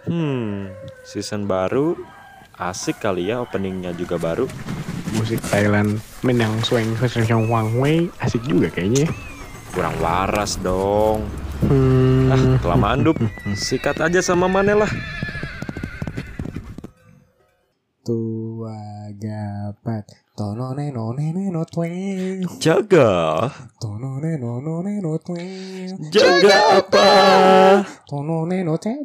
Season baru asik kali ya, openingnya juga baru. Musik Thailand menang swing wang wei asik juga kayaknya. Kurang waras dong. Kelamaan dup. Sikat aja sama Mane lah. Tua gapat tono neno neno tweng. Jaga. Tono neno neno tweng. Jaga apa? Tono neno tweng.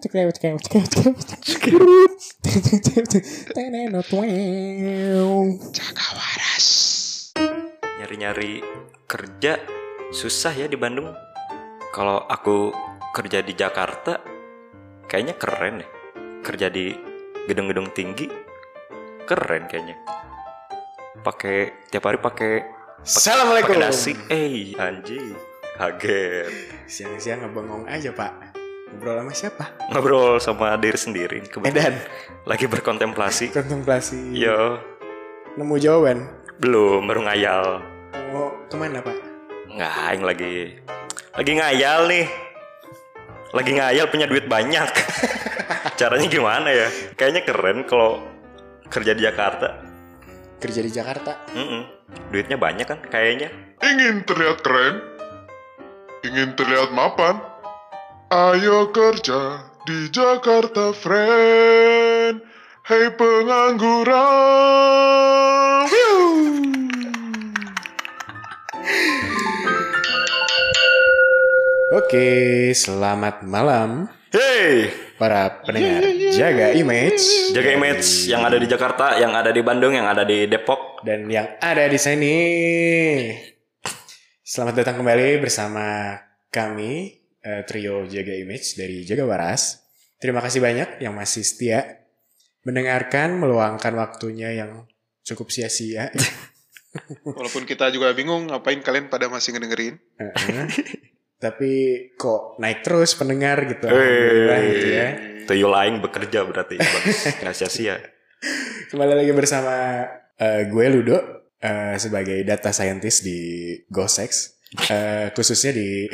Neno tweng. Jaga waras. Nyari-nyari kerja susah ya di Bandung. Kalau aku kerja di Jakarta kayaknya keren ya. Kerja di gedung-gedung tinggi keren kayaknya. Tiap hari pakai Assalamualaikum. pakai dasi. Anjing. Kaget. Siang-siang ngebengong aja, Pak. Ngobrol sama siapa? Ngobrol sama diri sendiri. Edan. Lagi berkontemplasi. Kontemplasi. Yo, Nemu jawaban. belum, baru ngayal. Mau kemana, Pak? Nggak, yang lagi ngayal nih. Lagi ngayal punya duit banyak. Caranya gimana ya? Kayaknya keren kalau kerja di Jakarta. Kerja di Jakarta. Duitnya banyak kan kayaknya. Ingin terlihat keren? Ingin terlihat mapan? Ayo kerja di Jakarta, friend. Hei pengangguran. Oke, selamat malam Hey, para pendengar Jaga Image jaga image yang ada di Jakarta, yang ada di Bandung, yang ada di Depok. dan yang ada di sini. Selamat datang kembali bersama kami trio Jaga Image dari Jaga Waras. Terima kasih banyak yang masih setia mendengarkan, meluangkan waktunya yang cukup sia-sia. Walaupun kita juga bingung ngapain kalian pada masih ngedengerin. Tapi kok naik terus pendengar gitu. Alhamdulillah gitu ya. Tuyul aing bekerja berarti. Nggak sia-sia. Kembali lagi bersama gue Ludo sebagai data scientist di GoSex, khususnya di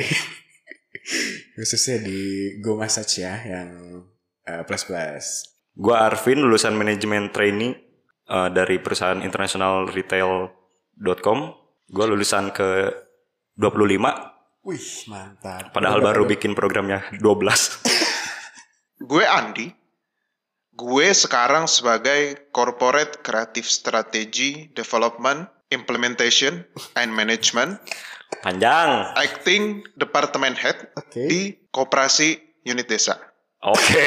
Go Massage ya, yang plus. Gua Arvin, lulusan manajemen trainee dari perusahaan international retail.com. Gua lulusan ke 25. Wih, mantap. Padahal baru bikin programnya 12. Gue Andi. Gue sekarang sebagai Corporate Creative Strategy Development, Implementation, and Management, Panjang. Acting Department Head Oke. di Koperasi Unit Desa. Oke.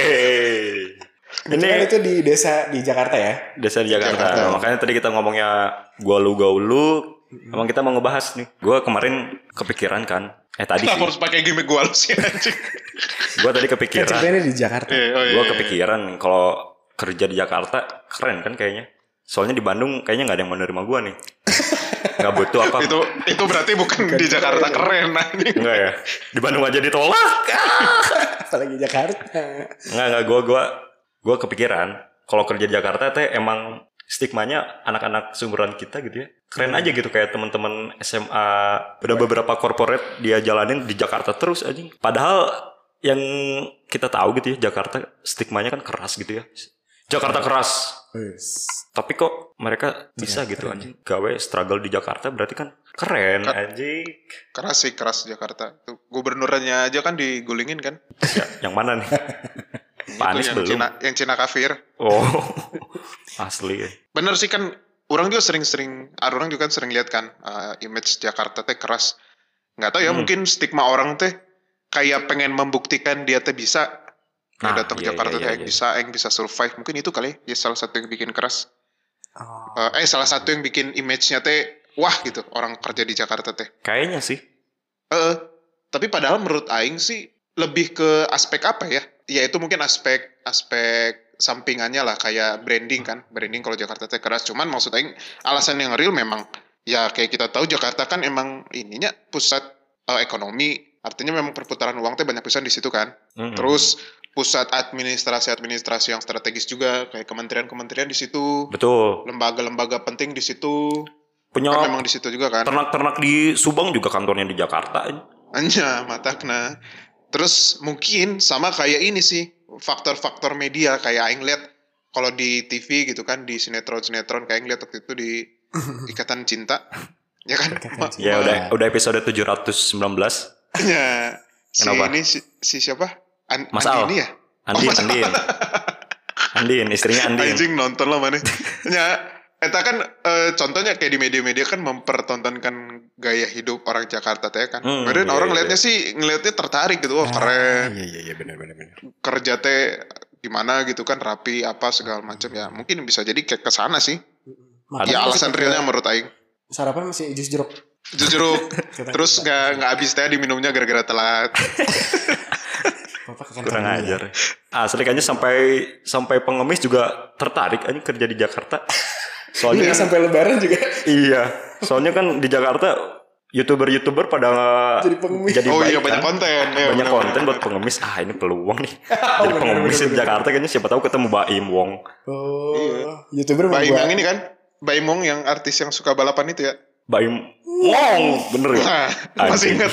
Ini itu di desa di Jakarta ya. Desa di Jakarta. Jakarta. Makanya tadi kita ngomongnya gaulu. Emang kita mau ngebahas nih. Gue kemarin kepikiran kan. Tadi Kenapa sih. harus pakai gimmick gue sih anjing? Gue tadi Kan kepikiran. ceritanya di Jakarta. Gue kepikiran kalau kerja di Jakarta keren kan kayaknya. Soalnya di Bandung kayaknya nggak ada yang menerima gue nih. Nggak butuh apa. Itu berarti bukan di Jakarta keren anjing. Enggak ya. Di Bandung aja ditolak. Apalagi Jakarta. Enggak. Gue kepikiran kalau kerja di Jakarta teh emang stigmanya anak-anak seumuran kita gitu ya. Keren aja gitu kayak teman-teman SMA. Udah beberapa corporate dia jalanin di Jakarta terus aja. Padahal yang kita tahu gitu ya, Jakarta stigmanya kan keras gitu ya. Jakarta keras. Tapi kok mereka bisa gitu anjing. Gawe struggle di Jakarta berarti kan keren anjing. Keras Jakarta. Tuh, gubernurnya aja kan digulingin kan? Yang mana nih? Pak Anies Itu belum. yang Cina kafir. Oh. Asli ya. Bener sih kan, orang juga kan sering lihat kan image Jakarta teh keras. Nggak tahu ya, mungkin stigma orang teh kayak pengen membuktikan dia teh bisa. Kayak datang ke Jakarta teh yang bisa survive. Mungkin itu kali ya salah satu yang bikin keras. Salah satu yang bikin image-nya teh wah gitu orang kerja di Jakarta teh. Kayaknya sih. Tapi padahal menurut aing sih lebih ke aspek apa ya? Ya itu mungkin aspek sampingannya lah kayak branding kan. Branding kalau Jakarta teh keras. Cuman maksud aing alasan yang real memang ya kayak kita tahu Jakarta kan emang ininya pusat ekonomi. Artinya memang perputaran uang teh banyak pisan di situ kan. Terus pusat administrasi yang strategis juga kayak kementerian-kementerian di situ. Betul. Lembaga-lembaga penting di situ. Punya Kan memang di situ juga kan. ternak-ternak di Subang juga kantornya di Jakarta. Anja matakna. Terus mungkin sama kayak ini sih. faktor-faktor media kayak aing lihat kalau di TV gitu kan, di sinetron-sinetron kayak aing lihat waktu itu di Ikatan Cinta. Ya kan? Ikatan Cinta. Ya udah episode 719. Ya, Kenapa? si siapa? Mas Al. Andini ya? Andin, istrinya Andin. Anjing nonton lah mana. Ya, eta kan contohnya kayak di media-media kan mempertontonkan gaya hidup orang Jakarta teh kan. Kemudian orang lihatnya sih ngelihatnya tertarik gitu, wah keren. Iya benar. Kerja teh gimana gitu kan, rapi apa segala macam ya. Mungkin bisa jadi kayak ke sana sih. Ya alasan realnya menurut aing. Sarapan masih jus jeruk. Jus jeruk. Terus nggak habis teh diminumnya gara-gara telat. Kurang ajar. Asli kayaknya sampai pengemis juga tertarik aja kerja di Jakarta. Soalnya sampai lebaran juga. Iya, soalnya kan di Jakarta YouTuber pada jadi pengemis. Jadi oh baik, iya banyak kan? konten. Ya, banyak konten buat pengemis. Ini peluang nih. Jadi pengemis di Jakarta kayaknya siapa tahu ketemu Baim Wong. Oh, iya. YouTuber Baim yang ini kan, Baim Wong yang artis yang suka balapan itu ya. Baim Wong, bener ya? Masih ingat.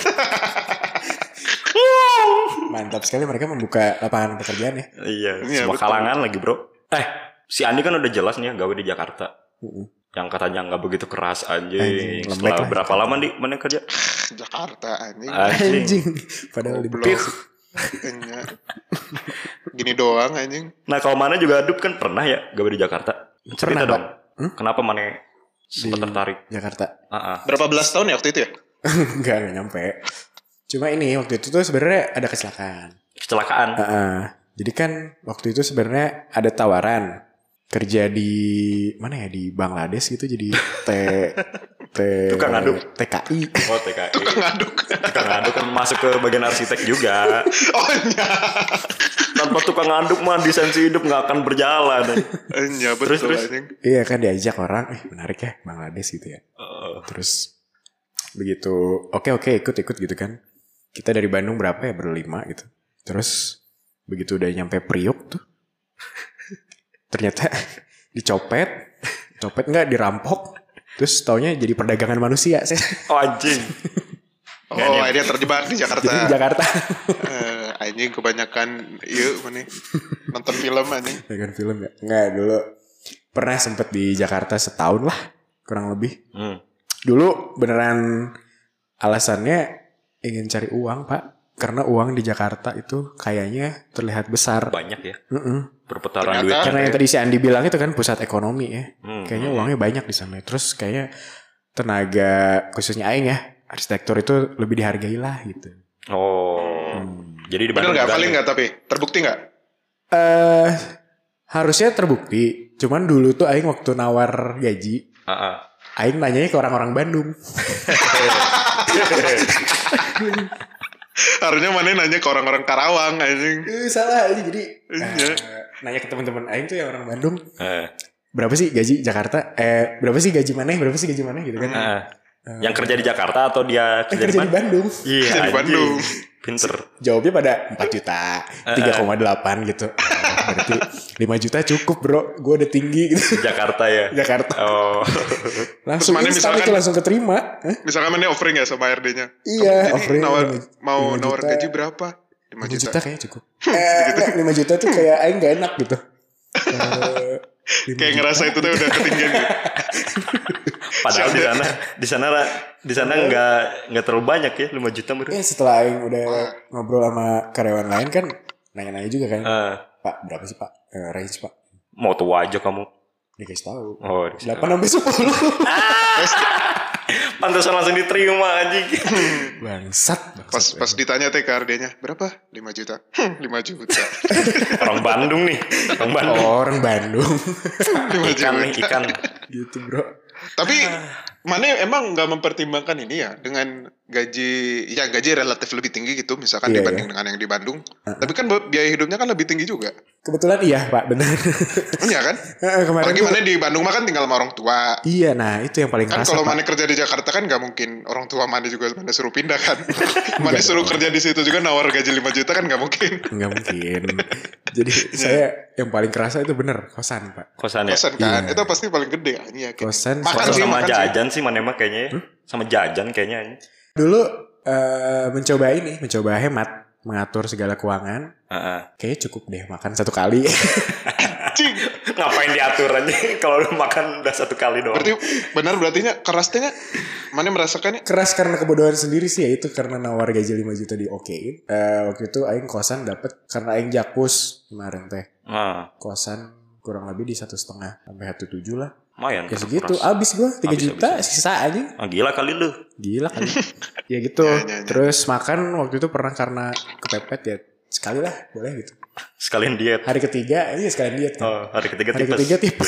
Mantap sekali mereka membuka lapangan pekerjaan ya. Iya, Iya, semua betul. kalangan lagi bro. Si Andi kan udah jelas nih ya gawe di Jakarta. Yang katanya nggak begitu keras anjing. lembek Setelah lah. berapa lama di mana kerja? Jakarta anjing. Anjing. Padahal di Goblok. Kayaknya gini doang anjing. Nah kalau mana juga Adup kan pernah ya gawe di Jakarta. Cerita Pernah, dong. Pak. Kenapa mana sempat tertarik? Jakarta. Berapa belas tahun ya waktu itu ya? Enggak nyampe. Cuma ini waktu itu tuh sebenarnya ada kecelakaan. Kecelakaan. Jadi kan waktu itu sebenarnya ada tawaran kerja di mana ya, di Bangladesh gitu, jadi Tukang aduk. TKI. Oh TKI. Tukang ngaduk. Tukang ngaduk kan masuk ke bagian arsitek juga. Oh iya. Tanpa tukang ngaduk mah desain hidup nggak akan berjalan. Iya betul Terus? anjing. Iya kan, diajak orang, menarik ya Bangladesh gitu ya. Terus begitu oke ikut gitu kan. Kita dari Bandung berapa ya, berlima gitu. Terus begitu udah nyampe Priuk tuh, ternyata dicopet nggak, dirampok. Terus taunya jadi perdagangan manusia. Oh anjing. Oh dia terjebak di Jakarta. Jadi di Jakarta. Anjing kebanyakan yuk mana nonton film anjing. Perdagangan film ya? Nggak, dulu pernah sempet di Jakarta setahun lah kurang lebih. Dulu beneran alasannya ingin cari uang pak, karena uang di Jakarta itu kayaknya terlihat besar. Banyak ya. Ternyata. Perputaran duit. Karena yang tadi si Andi bilang itu kan pusat ekonomi ya. Kayaknya uangnya banyak di sana. Terus kayaknya tenaga khususnya aing ya, arsitektur itu lebih dihargai lah gitu. Oh. Jadi di Bener Bandung nggak? juga Paling nih. nggak tapi terbukti nggak? Harusnya terbukti. Cuman dulu tuh aing waktu nawar gaji, aing nanyanya ke orang-orang Bandung. Harusnya mana nanya ke orang-orang Karawang anjing. Salah aja, jadi Iya. nanya ke teman-teman aing tuh yang orang Bandung. Eh. Berapa sih gaji Jakarta? Berapa sih gaji mana? Berapa sih gaji mana gitu kan? Yang kerja di Jakarta atau dia kerja di Kerja di mana? Bandung. Iya, Kerja di anjing. Bandung. Pinter. Jawabnya pada 4 juta, 3,8 gitu. Berarti 5 juta cukup bro. Gue udah tinggi gitu. Jakarta ya. Jakarta. Oh. Langsung mana instan misalkan- itu, langsung keterima. Misalkan mana offering ya sama RD-nya. Iya, Jadi offering mau 5 nawar juta. gaji berapa? 5 5 juta. juta kayaknya cukup. Enggak, 5 juta tuh kayak aing gak enak gitu. 5 Kayak juta. ngerasa itu tuh udah ketinggian gitu. Padahal di sana nggak terlalu banyak ya 5 juta menurut. Setelah aing udah ngobrol sama karyawan lain kan, nanya-nanya juga kan. Pak, berapa sih pak? Range pak? Mau tua aja kamu. Dikasih tahu. Oh, 8-10. pantesan langsung diterima anjing. Bangsat. Pas ditanya teh ke RD-nya, berapa? 5 juta. 5 juta. Orang Bandung nih. Orang Bandung. Orang Bandung. 5 Ikan nih, juta. ikan. Gitu bro. Tapi mana emang nggak mempertimbangkan ini ya dengan gaji relatif lebih tinggi gitu misalkan Iya, dibanding dengan yang di Bandung. Tapi kan biaya hidupnya kan lebih tinggi juga. Kebetulan iya pak, benar. Iya kan? Kemarin Apalagi tuh- mana di Bandung mah kan tinggal sama orang tua. Iya, nah itu yang paling Kan kerasa kalau pak. mana kerja di Jakarta kan nggak mungkin orang tua mana juga mana suruh pindah kan. Mana suruh kerja di situ juga nawar gaji 5 juta kan nggak mungkin. Nggak mungkin. Jadi saya yang paling kerasa itu bener kosan pak. Kosan ya. Kosan kan, Iya. itu pasti paling gede. Iya, gitu. Kosan. Makan Kosan sih, sama makan sih. jajan sih mana emang kayaknya ya. Sama jajan kayaknya. Dulu mencoba hemat. mengatur segala keuangan. Heeh. Kayaknya cukup deh makan 1 kali. Cing. Ngapain diatur aja kalau lu makan udah 1 kali doang. Berarti kerasnya mana merasakannya? Keras karena kebodohan sendiri sih, ya itu karena nawar gaji 5 juta di okein. Waktu itu aing kosan dapet karena aing jakpus kemarin teh. Kosan kurang lebih di 1,5 sampai 1,7 lah. Lumayan. Ya segitu, abis gue 3 juta sisa aja. Gila kali lu. Gila kali. Ya gitu. Terus makan waktu itu pernah karena kepepet ya. Sekali lah, boleh gitu. Sekalian diet. Hari ketiga, iya sekalian diet kan. Oh, hari ketiga Hari tipes. ketiga tipes.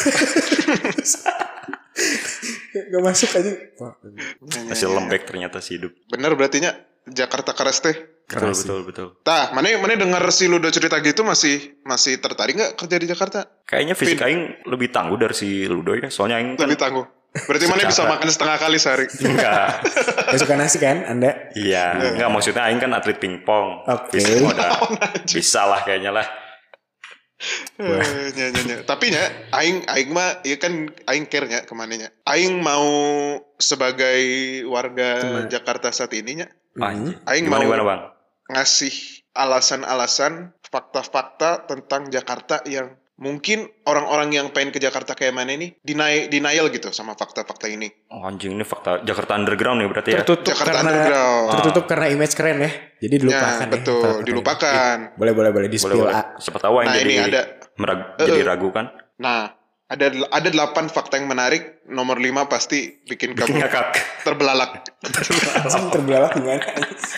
Gak masuk aja. Masih lembek ternyata si hidup. Bener berarti Jakarta keras teh. Betul. Tah, mana dengar si Ludo cerita gitu masih tertarik nggak kerja di Jakarta? Kayaknya fisik aing lebih tangguh dari si Ludo ya. Soalnya aing kan Lebih tangguh. Berarti mana bisa makan setengah kali sehari? enggak. Gak suka nasi kan Anda? Iya, enggak maksudnya aing kan atlet pingpong. Oke. Fisik udah bisa lah kayaknya lah. Nya. Tapi aing mah ya kan aing care nya kemana nya. Aing mau sebagai warga Jakarta saat ini nya. Aing mau Gimana Bang? ngasih alasan-alasan, fakta-fakta tentang Jakarta yang mungkin orang-orang yang pengen ke Jakarta kayak mana ini denial gitu sama fakta-fakta ini. Oh, anjing ini fakta Jakarta underground nih berarti ya. Tertutup karena image keren ya. Jadi dilupakan betul, fakta-fakta dilupakan. Boleh di spill. Siapa tahu yang jadi ini ada jadi ragu kan. Nah, ada 8 fakta yang menarik. Nomor 5 pasti bikin kamu ngakak. terbelalak. Terbelalak gimana?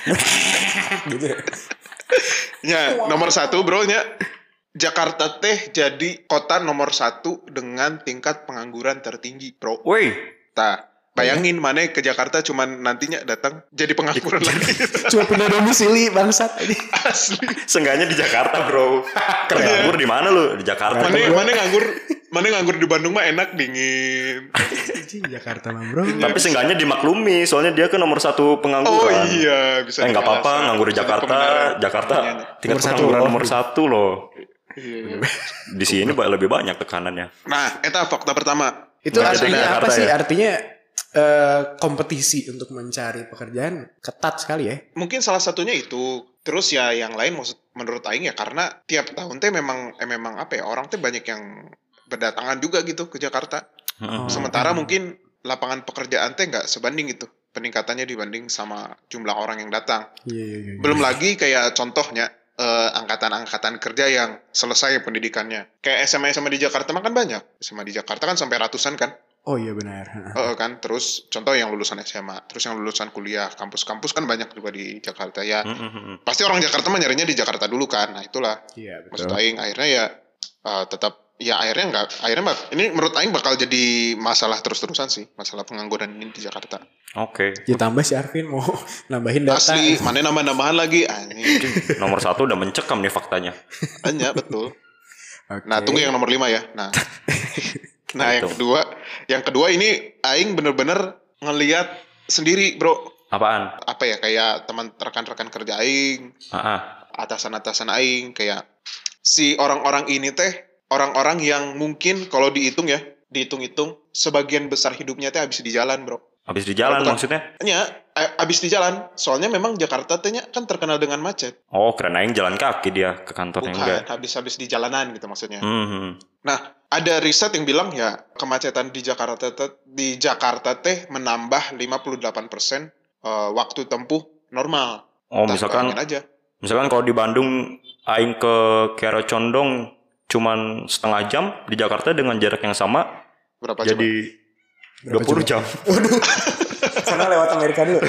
Gitu. Ya, nomor 1 bro nya. Jakarta teh jadi kota nomor 1 dengan tingkat pengangguran tertinggi, bro. Woi. Bayangin mana ke Jakarta cuman nantinya datang jadi pengangguran lagi. Cuma pindah domisili bangsat aja. Asli. Seenggaknya di Jakarta, bro. Nganggur di mana lu? Di Jakarta. Mana nganggur di Bandung mah enak dingin. Jakarta mah, bro. Tapi seenggaknya dimaklumi, soalnya dia kan nomor 1 pengangguran. Oh iya, bisa. Enggak apa-apa nganggur di Jakarta. Jakarta tingkat pengangguran nomor 1 loh. Iya. Di sini lebih banyak tekanannya. Nah, eta fakta pertama. Itu artinya apa sih? Artinya kompetisi untuk mencari pekerjaan ketat sekali ya. Mungkin salah satunya itu. Terus ya yang lain menurut aing ya karena tiap tahun teh memang apa ya, orang teh banyak yang berdatangan juga gitu ke Jakarta. Sementara mungkin lapangan pekerjaan teh nggak sebanding gitu peningkatannya dibanding sama jumlah orang yang datang. Iya. Belum lagi kayak contohnya angkatan-angkatan kerja yang selesai pendidikannya. Kayak SMA di Jakarta mah kan banyak. SMA di Jakarta kan sampai ratusan kan. Oh iya benar. Kan terus contoh yang lulusan SMA, terus yang lulusan kuliah, kampus-kampus kan banyak juga di Jakarta ya. Pasti orang Jakarta mah nyarinya di Jakarta dulu kan. Nah itulah. Iya, betul. Maksud aing akhirnya ya tetap ya akhirnya ini menurut aing bakal jadi masalah terus-terusan sih, masalah pengangguran ini di Jakarta. Oke. Ya tambah si Arvin mau nambahin data. Asli, mana nambah-nambahan lagi Nomor 1 udah mencekam nih faktanya. Hanya betul. Okay. Nah, tunggu yang nomor 5 ya. Nah, yang kedua ini aing bener-bener ngelihat sendiri, bro. Apaan? Apa ya, kayak teman rekan-rekan kerja aing, atasan-atasan aing, kayak si orang-orang ini teh orang-orang yang mungkin kalau dihitung-hitung sebagian besar hidupnya teh habis di jalan, bro. Habis di jalan maksudnya? Iya, habis di jalan. Soalnya memang Jakarta tehnya kan terkenal dengan macet. Oh, keren aing jalan kaki dia ke kantornya. Bukan, habis di jalanan gitu maksudnya. Nah, ada riset yang bilang ya kemacetan di Jakarta teh menambah 58% waktu tempuh normal. Oh, misalkan kalau di Bandung aing ke Kiara Condong cuman setengah jam, di Jakarta dengan jarak yang sama berapa jadi coba? 20 jam. Waduh. Karena lewat Amerika dulu.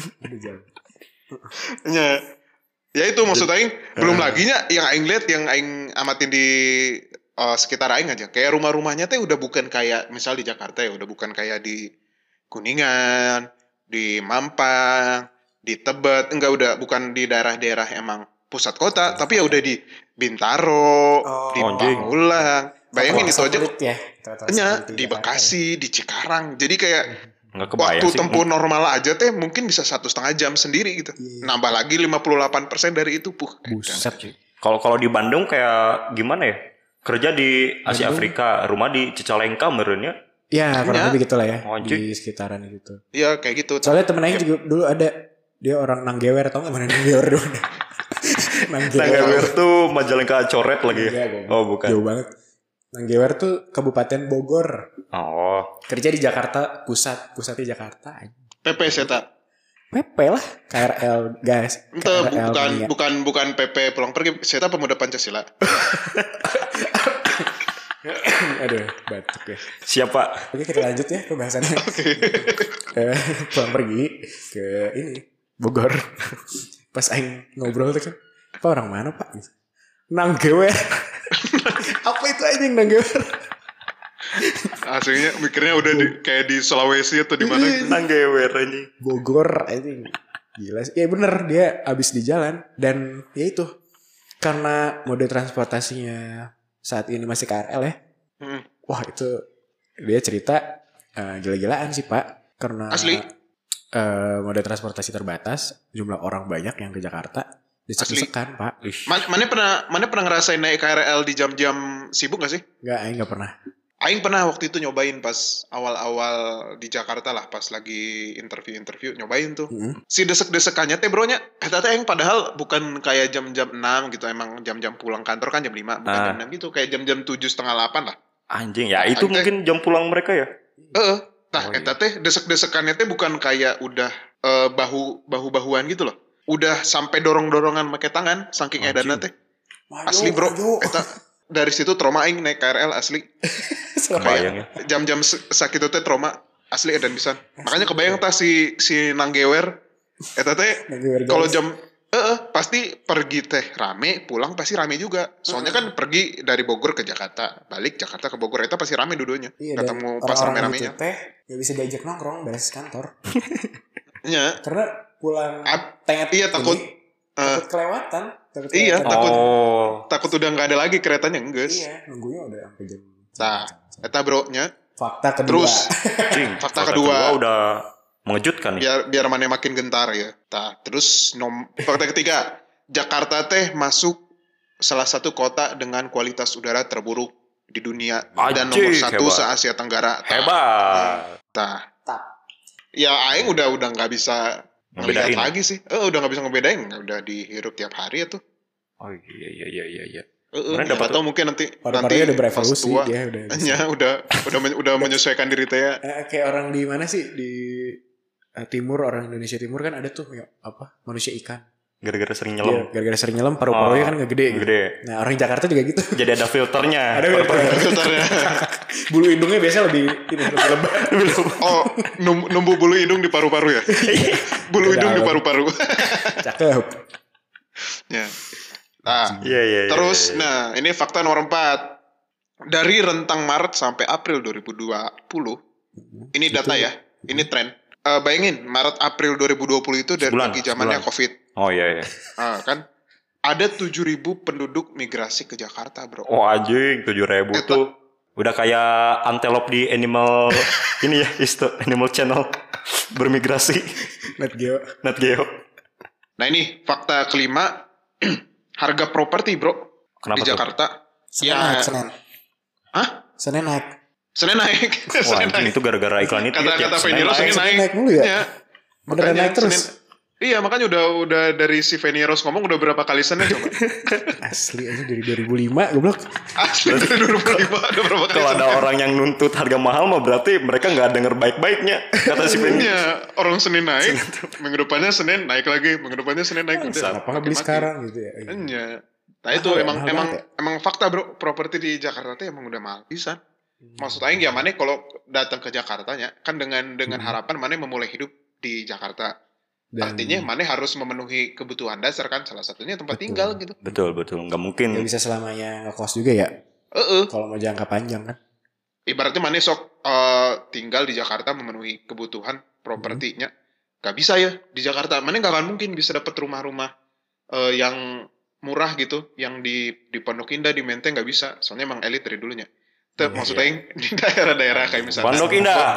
Ya itu maksud aing. Belum lagi yang aing lihat, yang aing amatin di sekitar aing aja. Kayak rumah-rumahnya teh udah bukan kayak misal di Jakarta ya, udah bukan kayak di Kuningan, di Mampang, di Tebet, bukan di daerah-daerah emang pusat kota, tapi ya udah di Bintaro, di Pamulang. Bayangin itu aja. Di Bekasi, di Cikarang. Jadi kayak waktu tempuh normal aja teh mungkin bisa 1,5 jam sendiri gitu. Nambah lagi 58% dari itu. Buset. Kalau di Bandung kayak gimana ya? Kerja di Asia Afrika, rumah di Cicalengka merenya. Ya, kurang lebih gitulah ya. Di sekitaran gitu. Iya, kayak gitu. Soalnya temen aing juga dulu ada, dia orang Nanggewer, tau gak mana Nanggewer dulu? Nanggewer tuh Majalengka coret lagi. Enggak, Oh bukan. jauh banget. Nanggewer tuh Kabupaten Bogor. Oh. Kerja di Jakarta pusatnya Jakarta. PP Seta. PP lah, KRL guys. Ente KRL Mania. bukan PP pulang pergi. Seta Pemuda Pancasila. Aduh, batuk ya. Siapa? Oke, kita lanjut ya pembahasannya. Pulang pergi ke ini Bogor. Pas aing ngobrol tuh kan, "Pak, orang mana, Pak?" Nanggewer. Apa itu anjing Nanggewer? Aslinya mikirnya udah kayak di Sulawesi atau di mana gitu. Nanggewer anjing. Bogor anjing. Gila sih. Ya bener, dia abis di jalan. Dan ya itu, karena mode transportasinya saat ini masih KRL ya. Wah itu, dia cerita gila-gilaan sih Pak. Karena Asli. Mode transportasi terbatas, jumlah orang banyak yang ke Jakarta. Desek-desekan Pak. Mana pernah ngerasain naik KRL di jam-jam sibuk gak sih? Enggak, Aing gak pernah. Aing pernah waktu itu nyobain pas awal-awal di Jakarta lah, pas lagi interview nyobain tuh. Si desek-desekannya teh bronya, teh Aing padahal bukan kayak jam-jam 6 gitu, emang jam-jam pulang kantor kan jam 5, bukan jam 6 gitu, kayak jam-jam 7:30 lah. Anjing ya, itu mungkin jam pulang mereka ya. Nah, eta teh desek-desekannya teh bukan kayak udah bahu-bahuan gitu loh. Udah sampai dorong-dorongan pakai tangan saking edanna teh. Asli bro, eta dari situ trauma aing naik KRL asli. Kebayang ya. Jam-jam sakitu teh trauma asli edan pisan. Makanya kebayang tah si Nanggewer eta teh kalau jam pasti pergi teh rame, pulang pasti rame juga. Soalnya kan pergi dari Bogor ke Jakarta, balik Jakarta ke Bogor eta pasti rame dua-duanya. Iya, ketemu pas rame-ramenya. Gitu teh gak bisa diajak nongkrong beres kantor. Iya. Karena pulang tenget. Iya takut kelewatan. Iya takut udah nggak ada lagi keretanya enggeus. Iya, nunggunya udah sampai jam. Nah, eta bro-nya. Fakta kedua. Terus fakta kedua udah mengejutkan nih. Biar mana makin gentar ya. Nah, terus fakta ketiga, Jakarta teh masuk salah satu kota dengan kualitas udara terburuk di dunia dan nomor 1 se-Asia Tenggara. Hebat. Ya aing udah nggak bisa ngelihat lagi sih. Udah nggak bisa ngebedain, udah dihirup tiap hari ya tuh. Oh iya. Dapat tahu mungkin nanti udah berevolusi dia udah menyesuaikan diri teh ya. Kayak orang di mana sih di timur, orang Indonesia Timur kan ada tuh ya, apa manusia ikan. Gara-gara sering nyelam. Gara-gara sering nyelam paru-parunya kan nggak gede. Nah orang Jakarta juga gitu. Jadi ada filternya. Ada filternya. Bulu hidungnya biasanya lebih lebat. Oh, numbuh bulu hidung di paru-paru ya? Bulu hidung di paru-paru. Cakep. Ya. Nah, terus, nah ini fakta nomor 4. Dari rentang Maret sampai April 2020, ini data ya, ini tren. Bayangin, Maret April 2020 itu dari lagi zamannya COVID. Oh iya. Kan ada 7.000 penduduk migrasi ke Jakarta, bro. Oh anjing, 7.000 tuh udah kayak antelop di animal ini ya, Animal Channel bermigrasi. Net Geo. Nah ini fakta kelima, harga properti bro. Kenapa di Jakarta. Senin. Hah? Senin naik. Wah, anjing itu gara-gara iklan itu. Kata Veneros Senin naik mulu ya. Beneran naik terus. Iya makanya udah dari si Veneros ngomong udah berapa kali Senin coba. Asli aja dari 2005 goblok. Asli dari 2005 udah berapa kali. Kalau ada orang yang nuntut harga mahal mah berarti mereka nggak denger baik-baiknya kata si Veneros. Iya, orang Senin naik, minggu depannya Senin naik lagi, minggu depannya Senin naik udah. Kenapa nggak beli sekarang gitu ya? Iya. Nah itu emang fakta bro, properti di Jakarta tuh emang udah mahal pisan. Maksud aing ya mana kalau datang ke Jakartanya kan dengan harapan mana memulai hidup di Jakarta. Artinya mana harus memenuhi kebutuhan dasar kan, salah satunya tempat tinggal gitu. Betul, nggak mungkin. Nggak bisa selamanya ngekos juga ya. Kalau mau jangka panjang kan. Ibaratnya mana sok tinggal di Jakarta memenuhi kebutuhan propertinya, nggak bisa ya di Jakarta. Mana nggak akan mungkin bisa dapat rumah-rumah yang murah gitu, yang di Pondok Indah, di Menteng nggak bisa. Soalnya emang elit dari dulunya. Maksudnya di daerah-daerah kayak misalnya Pondok Indah.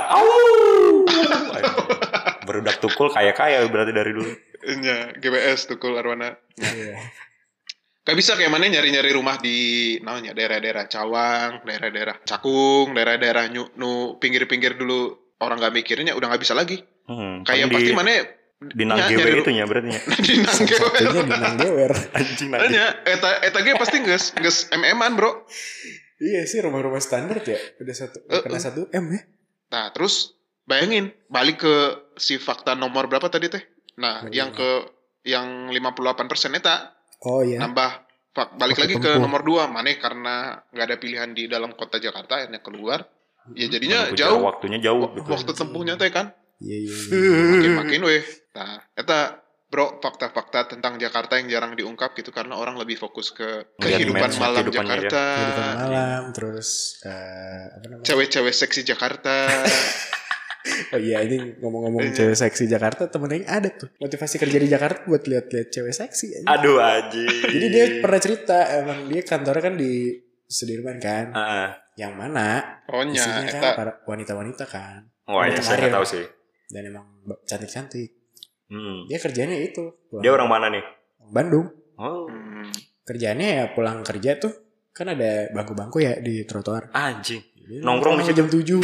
Berudak tukul kaya berarti dari dulu. Iya, GBS Tukul Arwana. Gak bisa kayak mana nyari-nyari rumah di namanya daerah-daerah Cawang, daerah-daerah Cakung, daerah-daerah nu pinggir-pinggir dulu orang gak mikirnya udah gak bisa lagi. Kayak pasti mana Di Nanggewe itu nya berarti nya. Di Nanggewe. Satunya di Nanggewer. Anjing Nanggewe. Tanya, eta ge pasti geus MM-an, Bro. Iya sih, rumah-rumah standar ya. Udah kena 1 M ya. Nah, terus bayangin balik ke si fakta nomor berapa tadi teh? Nah, yang 58% eta Oh iya. nambah balik Waktu lagi ke tempuh. nomor 2, Mane karena nggak ada pilihan di dalam kota Jakarta akhirnya keluar. Ya jadinya Menempuh jauh waktunya jauh gitu. waktu tempuhnya teh kan. Iya. Makin weh. Nah, eta bro fakta-fakta tentang Jakarta yang jarang diungkap gitu karena orang lebih fokus ke Ngeliat kehidupan image malam kehidupannya ya. Jakarta. Kehidupan malam, terus apa namanya? Cewek-cewek seksi Jakarta. Oh iya, ini ngomong-ngomong cewek seksi Jakarta, temen Aing ada tuh motivasi kerja di Jakarta buat lihat-lihat cewek seksi. Aja. Aduh anjing. Jadi dia pernah cerita, emang dia kantornya kan di Sudirman kan, Heeh. yang mana Ohnya isinya kan eta para wanita-wanita kan, Wah, ini saya Karir. nggak tahu sih. dan emang cantik-cantik. Hmm. Dia kerjanya itu. Dia orang mana nih? Bandung. Oh, Kerjaannya ya pulang kerja tuh kan ada bangku-bangku ya di trotoar. anjing. Jadi Nongkrong di situ. jam 7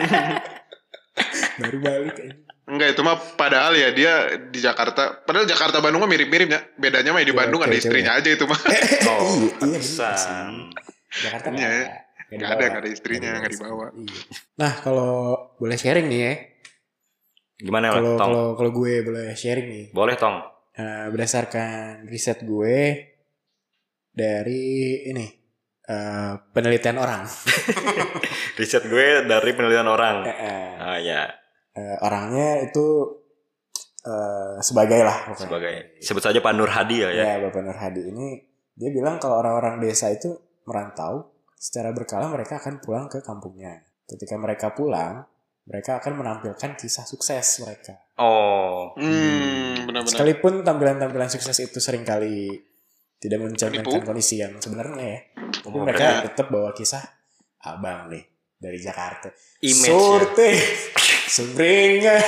baru balik aja. enggak itu mah padahal ya dia di Jakarta. Padahal Jakarta Bandung mah mirip-mirip ya. Bedanya mah di Iya, Bandung ada cewek-cewek. istrinya aja itu mah. Oh, Iya, bener pantesan. sih. Jakarta Iya, nggak nggak ada, nggak ada istrinya, nggak dibawa. Iya. Nah, kalau boleh sharing nih ya. Gimana Kalau Tong? kalau gue boleh sharing nih. Boleh Tong. Berdasarkan riset gue dari ini penelitian orang. Riset gue dari penelitian orang. Eh, Ya, orangnya itu sebagai lah pokoknya. sebagai sebut saja Pak Nur Hadi ya. Ya, Bapak Nur Hadi ini dia bilang kalau orang-orang desa itu merantau secara berkala mereka akan pulang ke kampungnya. Ketika mereka pulang, mereka akan menampilkan kisah sukses mereka. Oh, Benar-benar. Sekalipun tampilan-tampilan sukses itu seringkali tidak mencerminkan Menipu. kondisi yang sebenarnya ya. Tapi Oh, mereka tetap bawa kisah abang nih dari Jakarta. Image Surte sumringah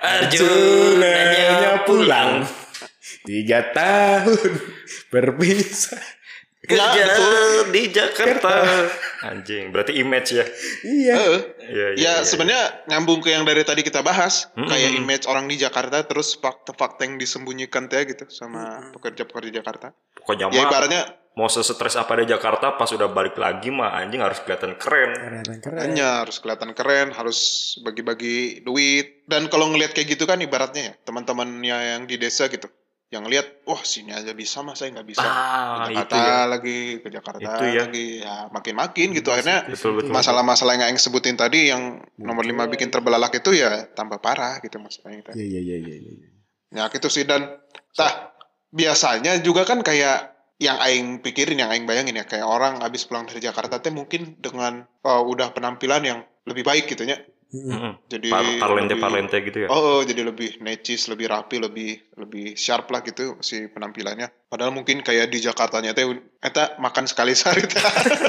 Arjunanya pulang 3 tahun berpisah. kerja di Jakarta. Anjing, berarti image ya. Iya. Iya, Ya sebenarnya nyambung ke yang dari tadi kita bahas, Mm-mm. kayak image orang di Jakarta terus fakta-fakta yang disembunyikan teh gitu sama pekerja-pekerja Jakarta. Pokoknya Ya mah ibaratnya mau stres apa di Jakarta pas udah balik lagi mah anjing harus kelihatan keren. Keren. hanya harus kelihatan keren, harus bagi-bagi duit. Dan kalau ngelihat kayak gitu kan ibaratnya ya teman-temannya yang di desa gitu, yang lihat wah sini aja bisa mah saya nggak bisa. Ah, Ke itu Jakarta ya. lagi, ke Jakarta Itu ya. lagi, ya makin-makin gitu akhirnya. Betul. Masalah-masalah yang Aing sebutin tadi yang nomor 5 bikin terbelalak itu ya tambah parah gitu masalahnya tadi. Iya. Ya gitu sih dan biasanya juga kan kayak yang Aing pikirin, yang Aing bayangin ya kayak orang abis pulang dari Jakarta teh mungkin dengan udah penampilan yang lebih baik gitu ya. Jadi Parlente gitu ya. jadi lebih necis, lebih rapi, lebih sharp lah gitu si penampilannya. Padahal mungkin kayak di Jakartanya teh eta makan sekali sehari teh.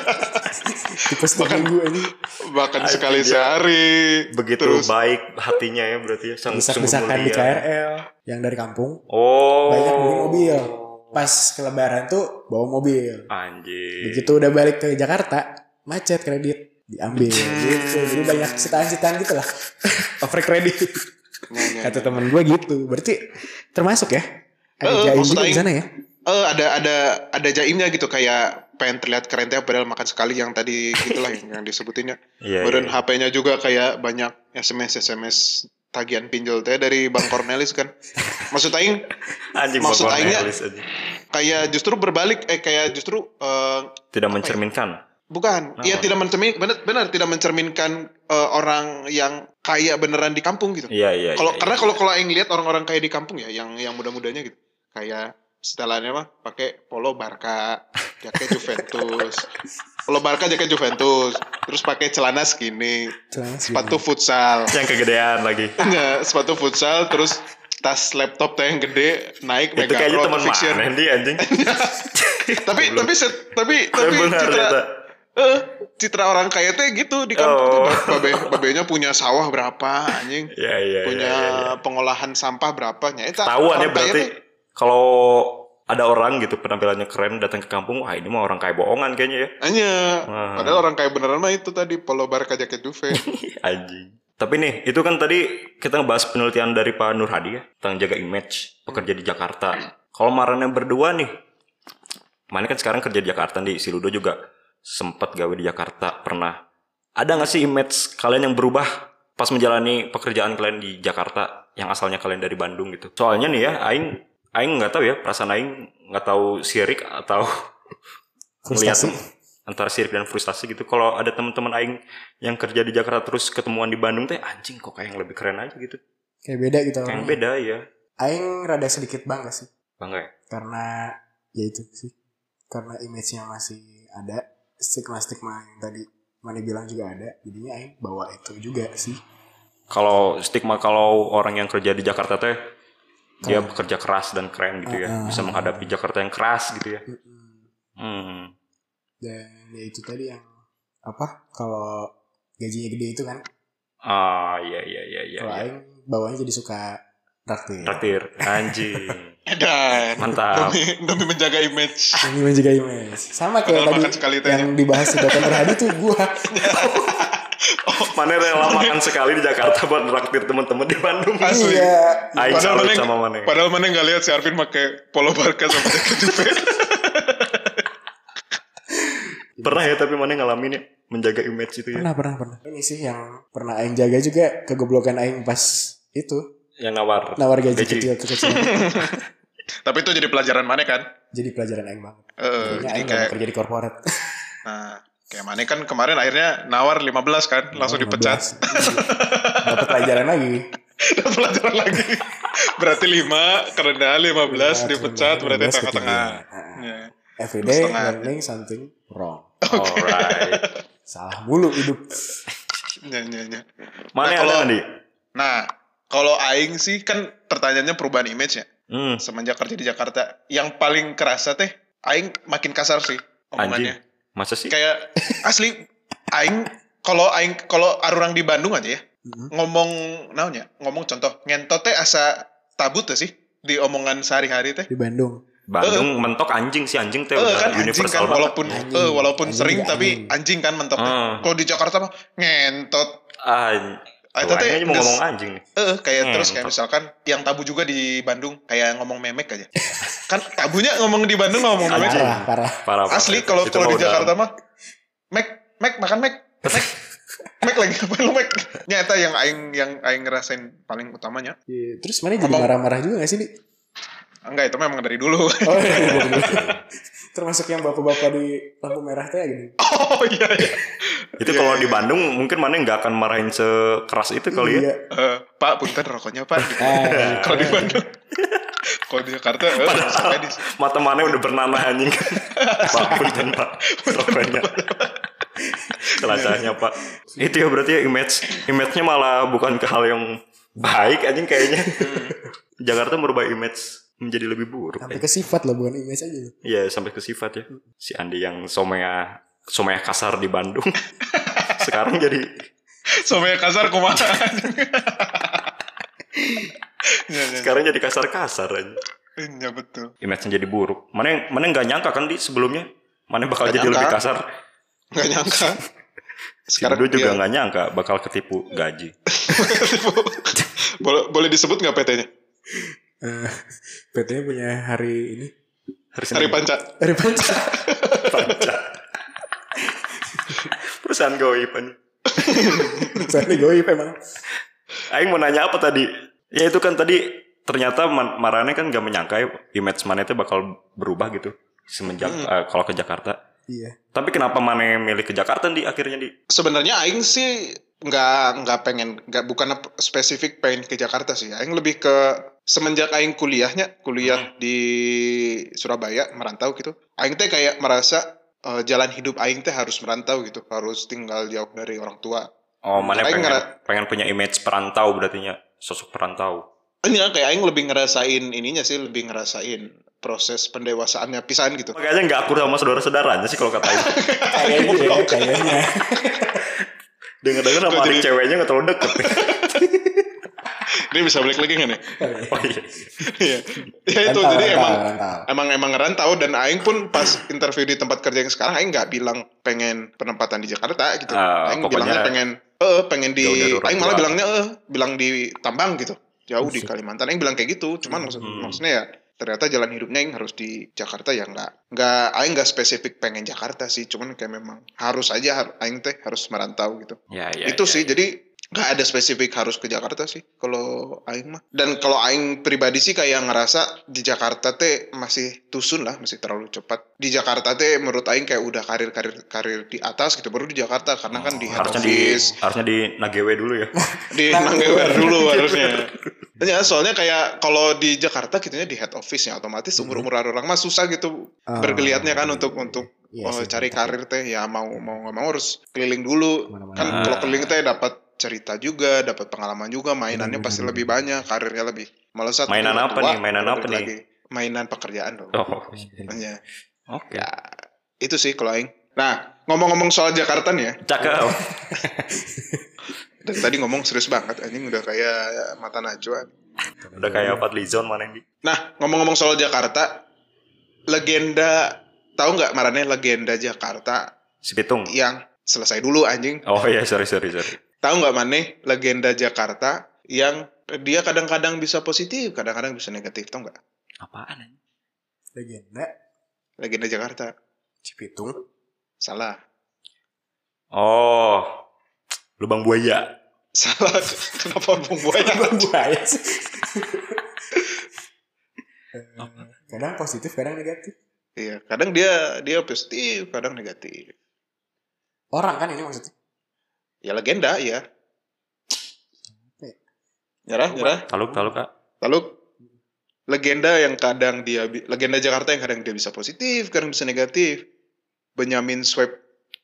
Tipes minggu ini Makan sekali sehari. Begitu Terus, baik hatinya ya berarti ya. desak-desakan di KRL yang dari kampung Oh. banyak beli mobil. Pas ke lebaran tuh bawa mobil. Anjing. Begitu udah balik ke Jakarta, macet kredit diambil gitu. Jadi banyak sitaan-sitaan gitu lah. Over kredit. Kata temen gue gitu. Berarti termasuk ya? Ada jaim maksud juga di aing- sana ya? ada jaimnya gitu kayak pengen terlihat keren teh padahal makan sekali yang tadi gitulah yang disebutinnya. Iya. Kemudian HP-nya juga kayak banyak SMS tagihan pinjol teh dari Bang Cornelis kan. Maksud aing Anjing maksud Bang aingnya- Cornelis aja. kayak justru berbalik kayak justru Tidak mencerminkan. bukan. Iya tidak mencerminkan benar tidak mencerminkan orang yang kaya beneran di kampung gitu. Iya. Karena kalau aing lihat orang-orang kaya di kampung ya yang muda-mudanya gitu. Kayak setelannya mah pakai polo Barca, jaket Juventus. Polo Barca jaket Juventus, terus pakai celana skinny, sepatu futsal. Yang kegedean lagi. Enggak, sepatu futsal terus tas laptop teh yang gede naik Itu kayaknya Megatron teman Fiction. mana Di anjing. tapi Benar, citra Rita. citra orang kaya teh gitu di kampung Oh. tuh. Babenya punya sawah berapa anjing. Iya. Punya pengolahan sampah berapa nya. Tahuan ya berarti kalau ada orang gitu penampilannya keren datang ke kampung, wah ini mah orang kaya bohongan kayaknya ya. hanya Wah. padahal orang kaya beneran mah itu tadi polo Barca jaket Juve. Anjing. Tapi nih, itu kan tadi kita ngebahas penelitian dari Pak Nur Hadi ya, tentang jaga image pekerja di Jakarta. Kalau Marane berdua nih, Mane kan sekarang kerja di Jakarta nih, si Ludo juga sempat gawe di Jakarta pernah. Ada nggak sih image kalian yang berubah pas menjalani pekerjaan kalian di Jakarta yang asalnya kalian dari Bandung gitu? Soalnya nih ya, Aing nggak tahu ya, perasaan Aing nggak tahu sirik atau melihat antara sirik dan frustasi gitu. Kalau ada teman-teman Aing yang kerja di Jakarta terus ketemuan di Bandung teh, anjing kok kayak yang lebih keren aja gitu. Kayak beda gitu. Kayak yang beda ya. Aing rada sedikit bangga sih. Bangga ya? Karena ya itu sih. Karena image-nya masih ada, stigma-stigma yang tadi Mane bilang juga ada. Jadinya Aing bawa itu juga sih. Kalau stigma kalau orang yang kerja di Jakarta teh dia bekerja keras dan keren gitu ya, bisa menghadapi Jakarta yang keras gitu ya. Dan ya itu tadi yang apa? Kalau gajinya gede itu kan. Iya. Kalau Aing bawanya jadi suka traktir. Traktir, anjing. Dan Mantap. demi menjaga image. Ini menjaga image. Sama kayak Padahal makan tadi sekali yang dibahas di Dr. Hadi tuh gua. Mane rela makan sekali di Jakarta buat traktir teman-teman di Bandung. Asli. Iya. Aing salut sama Mane. Padahal Mane nggak lihat si Arvin pakai polo Barca sama jaket Juve. Pernah ya tapi Mane ngalamin ya menjaga image itu ya. Pernah. Ini sih yang pernah Aing jaga juga kegoblokan Aing pas itu. Yang nawar gaji kecil. Tapi itu jadi pelajaran Mane kan? Jadi pelajaran Aing banget. Jadi Aing kayak gak kerja di korporat. Nah, kayak Mane kan kemarin akhirnya nawar 15 kan, langsung dipecat. Dapat pelajaran lagi. Dapat pelajaran lagi. Berarti 5 karena 15 dipecat berarti tengah-tengah. Everyday learning something wrong. Alright. Salah mulu hidup. Mane ada nih? Nah, kalau Aing sih kan pertanyaannya perubahan image ya. Semenjak kerja di Jakarta, yang paling kerasa teh Aing makin kasar sih omongannya. Anjing. Masa sih? Kayak asli Aing kalau arurang di Bandung aja ya. Ngomong contoh ngentot teh asa tabut teh sih di omongan sehari-hari teh. Di Bandung mentok anjing sih, anjing teh udah kan universal kan, walaupun anjing sering juga tapi anjing kan mentok. Kalau di Jakarta mah ngentot. Itu teh mau ngomong anjing nih. Kayak terus kayak misalkan yang tabu juga di Bandung kayak ngomong memek aja. Kan tabunya ngomong di Bandung ngomong memek. Parah. Asli kalau di Jakarta mah Mek makan Mek. Mek lagi apa lu Mek? Nyata yang aing ngerasain paling utamanya. Terus mana jadi marah-marah juga gak sih, Di? Enggak, itu memang dari dulu. Oh iya. Termasuk yang bapak-bapak di lampu merah teh gini. Oh iya. Itu kalau di Bandung mungkin Mane nggak akan marahin sekeras itu kali ya. Pak, punten rokoknya Pak. Kalau di Bandung. Kalau di Jakarta mata Mane udah bernanah anjing. Pak, punten Pak, rokoknya. Celacahnya Pak. Itu ya berarti ya image-nya malah bukan ke hal yang baik anjing kayaknya. Jakarta merubah image menjadi lebih buruk. Sampai ke sifat loh, bukan image aja. Iya, sampai ke sifat ya. Si Andi yang somea kasar di Bandung. Sekarang jadi somea kasar kumaha. Sekarang jadi kasar-kasar aja. Iya betul. Image-nya jadi buruk. Mana enggak nyangka kan di sebelumnya. Mana bakal jadi lebih kasar. Enggak nyangka. Sekarang juga enggak nyangka bakal ketipu gaji. Boleh disebut enggak PT-nya? PT-nya punya hari ini. Hari Panca. Perusahaan goib kan. Perusahaan goib emang. Aing mau nanya apa tadi? Ya itu kan tadi ternyata Marane kan gak menyangka ya, image Mane itu bakal berubah gitu semenjak kalau ke Jakarta. Iya. Tapi kenapa Mane milih ke Jakarta di akhirnya di? Sebenarnya Aing sih nggak bukan spesifik pengen ke Jakarta sih. Aing lebih ke semenjak Aing kuliah di Surabaya merantau gitu. Aing teh kayak merasa jalan hidup Aing teh harus merantau gitu, harus tinggal jauh dari orang tua. Oh, Mane pengen punya image perantau berartinya, sosok perantau. Ini kayak Aing lebih ngerasain proses pendewasaannya pisan gitu. Makanya nggak akur sama saudara-saudaranya sih kalau kata Aing. Kayaknya. Dengar-dengar sama adik ceweknya nggak terlalu deket. Ini bisa balik lagi nggak nih? Oh iya. Ya itu jadi emang ngerantau dan Aing pun pas interview di tempat kerja yang sekarang Aing nggak bilang pengen penempatan di Jakarta gitu. Aing bilangnya pengen di Jauh dari orang aing malah tua. bilangnya bilang di Tambang gitu. Jauh di Kalimantan. Aing bilang kayak gitu. Cuman maksudnya ya ternyata jalan hidupnya yang harus di Jakarta ya nggak aing nggak spesifik pengen Jakarta sih, cuman kayak memang harus aja aing teh harus merantau gitu. Ya, Itu sih jadi nggak ada spesifik harus ke Jakarta sih kalau aing mah. Dan kalau aing pribadi sih kayak ngerasa di Jakarta teh masih tusun lah, masih terlalu cepat. Di Jakarta teh menurut aing kayak udah karir di atas gitu, baru di Jakarta karena kan di head office harusnya di Nagewe dulu ya. di Nanggewer dulu harusnya. Ya, soalnya kayak kalau di Jakarta gitunya di head office ya otomatis umur orang mah susah gitu bergeliatnya kan untuk cari karir teh ya mau nggak mau harus keliling dulu kan. Kalau keliling teh dapat cerita juga, dapat pengalaman juga, mainannya pasti lebih banyak, karirnya lebih melesat. Mainan apa nih? Mainan apa nih? Mainan pekerjaan dong. Oke. Ya, itu sih kalau aing. Nah, ngomong-ngomong soal Jakarta nih ya. Cakep. Dan tadi ngomong serius banget, anjing udah kayak mata najwa. Udah kayak Fadlizon mana yang di. Nah, ngomong-ngomong soal Jakarta, tahu nggak marane legenda Jakarta Si Pitung. yang selesai dulu anjing. Oh iya, sorry. Tahu nggak maneh legenda Jakarta yang dia kadang-kadang bisa positif, kadang-kadang bisa negatif, tahu nggak? Apaan anjing? Legenda Jakarta. Cipitung. Salah. Oh, lubang buaya. Salah. Kenapa lubang buaya? Buaya sih. Kadang positif, kadang negatif. Iya, kadang dia positif, kadang negatif. Orang kan ini maksudnya. Ya legenda ya. Nyerah. Taluk Kak. Lalu legenda Jakarta yang kadang dia bisa positif, kadang bisa negatif. Benyamin Sueb.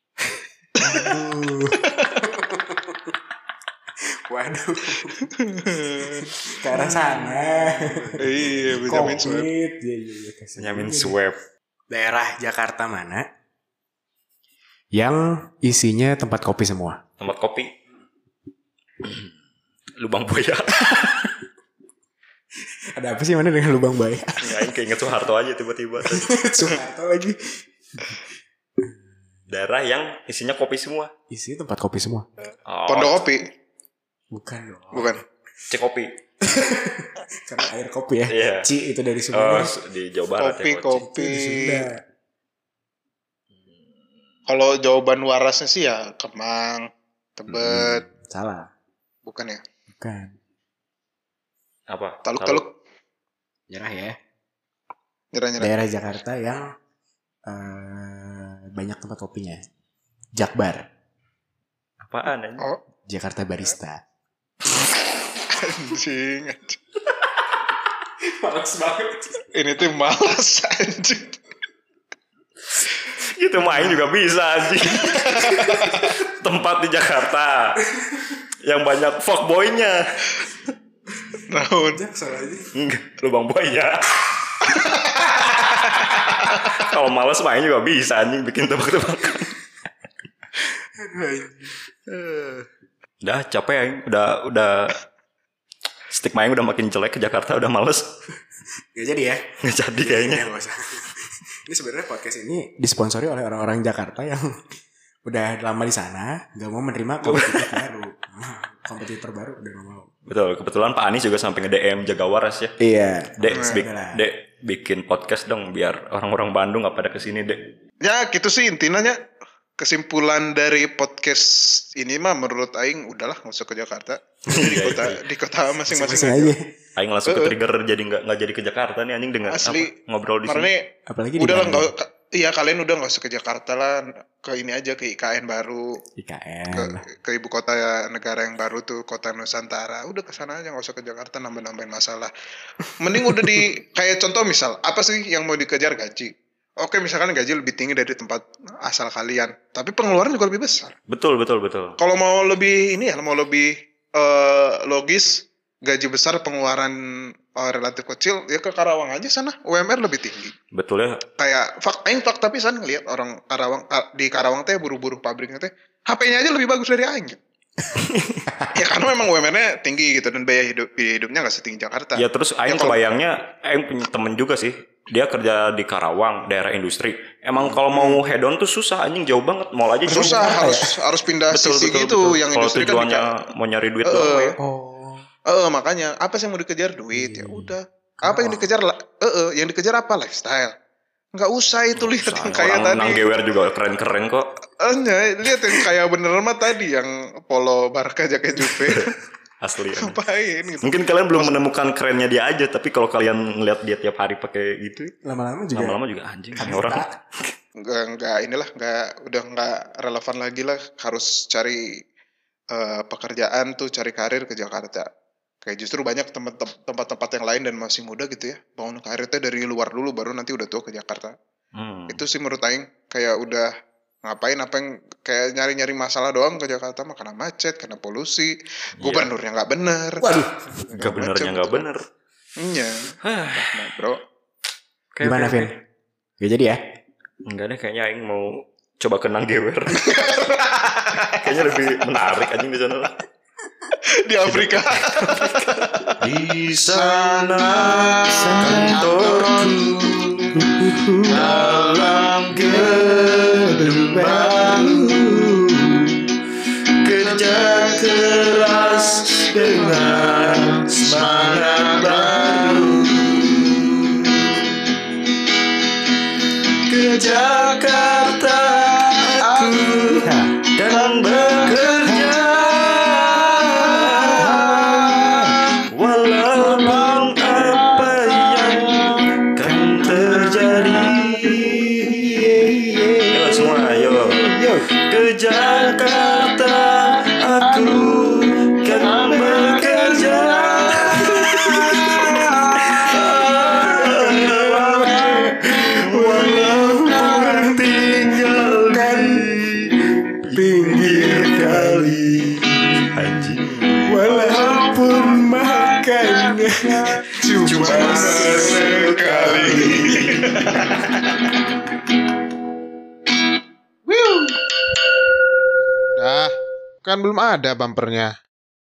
Waduh. Ke arah sana. Iya, Benyamin Sueb. Benyamin Sueb. Daerah Jakarta mana yang isinya tempat kopi semua? Tempat kopi. Lubang buaya. Ada apa sih mana dengan lubang buaya? Nggak, keinget Soeharto aja tiba-tiba. Soeharto lagi. Daerah yang isinya kopi semua. Isinya tempat kopi semua. Pondok Kopi. Bukan dong. Bukan. Cikopi. Karena air kopi ya. Iya. Ci itu dari Sunda. Di Jawa Barat Kopi. Itu di Sunda. Kalau jawaban warasnya sih ya Kemang, Tebet. Salah. Bukan ya? Bukan. Apa? Taluk. Nyerah ya. Nyerah. Daerah Jakarta yang banyak tempat kopinya. Jakbar. Apaan anjing? Oh, Jakarta Barista. anjing. Males banget. Ini tuh malas anjing. Itu main juga bisa anjing. Tempat di Jakarta yang banyak fuckboy-nya. Naon? Jaksel aja. Enggak, lubang buaya. Kalau males main juga bisa anjing bikin tebak-tebakan. Udah capek ya, udah stigma yang udah makin jelek ke Jakarta, udah males. Gak jadi ya? Nggak jadi kayaknya. Gak usah. Ini sebenarnya podcast ini disponsori oleh orang-orang Jakarta yang udah lama di sana, gak mau menerima kompetitor baru. Kompetitor baru udah gak mau. Betul, kebetulan Pak Anies juga sampai nge-DM Jaga Waras ya. Iya. Dek, bikin podcast dong biar orang-orang Bandung gak pada kesini, Dek. Ya gitu sih intinya. Kesimpulan dari podcast ini mah menurut Aing udahlah nggak usah ke Jakarta. Di kota masing-masing aja. Aing langsung ke trigger jadi nggak jadi ke Jakarta nih anjing dengar asli ngobrol di sini. Apalagi udah lah kalian udah nggak usah ke Jakarta lah, ke ini aja ke IKN baru. Ke ibu kota negara yang baru tuh, kota Nusantara. Udah ke sana aja, nggak usah ke Jakarta nambah-nambahin masalah. Mending udah kayak contoh misal apa sih yang mau dikejar? Gaji. Oke, misalkan gaji lebih tinggi dari tempat asal kalian, tapi pengeluaran juga lebih besar. Betul. Kalau mau lebih logis, gaji besar pengeluaran relatif kecil, ya ke Karawang aja sana, UMR lebih tinggi. Betul ya. Kayak fakta pisan ngelihat orang Karawang di Karawang teh buru-buru pabriknya teh HP-nya aja lebih bagus dari aing. Ya karena memang UMR-nya tinggi gitu dan biaya hidupnya nggak setinggi Jakarta. Ya terus aing kebayangnya aing punya temen juga sih. dia kerja di Karawang, daerah industri. Emang kalau mau head on tuh susah anjing, jauh banget. Mall aja jauh. Susah, harus pindah sisi gitu. Yang Kalau industri kan tujuannya mau nyari duit doang ya. Makanya apa sih yang mau dikejar? Duit, ya udah. Apa yang dikejar? Yang dikejar apa? Lifestyle. Nggak usah itu, lihat yang kayak tadi. Nang gewer juga keren-keren kok. Lihat yang kayak bener mah tadi, yang polo Barca jaket Juve. Asli. Ngapain gitu. Mungkin kalian belum menemukan kerennya dia aja, tapi kalau kalian ngeliat dia tiap hari pakai gitu, lama-lama juga anjing ini orang. Udah nggak relevan lagi lah. Harus cari pekerjaan tuh, cari karir ke Jakarta. Kayak justru banyak tempat-tempat yang lain dan masih muda gitu ya, bangun karirnya dari luar dulu baru nanti udah tua ke Jakarta. Itu sih menurut aing kayak udah ngapain apa yang kayak nyari-nyari masalah doang ke Jakarta mah, karena macet, karena polusi, gubernurnya nggak bener. Waduh, gubernurnya nggak bener. Iya. Nah, bro. Gimana Vin? Gak jadi ya? Enggak deh, kayaknya aing mau coba kenang gewer. Kayaknya lebih menarik anjing di sana. Di Afrika. Di sana kantorku dalam gedung baru, kerja keras dengan semangat baru, ke Jakarta aku dan bekerja. Jakarta aku kan bekerja. Walaupun tinggal di pinggir kali, walaupun makannya cuma sekali. Kan belum ada bumpernya.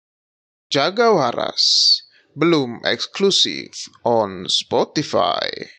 Jaga waras. Belum eksklusif on Spotify.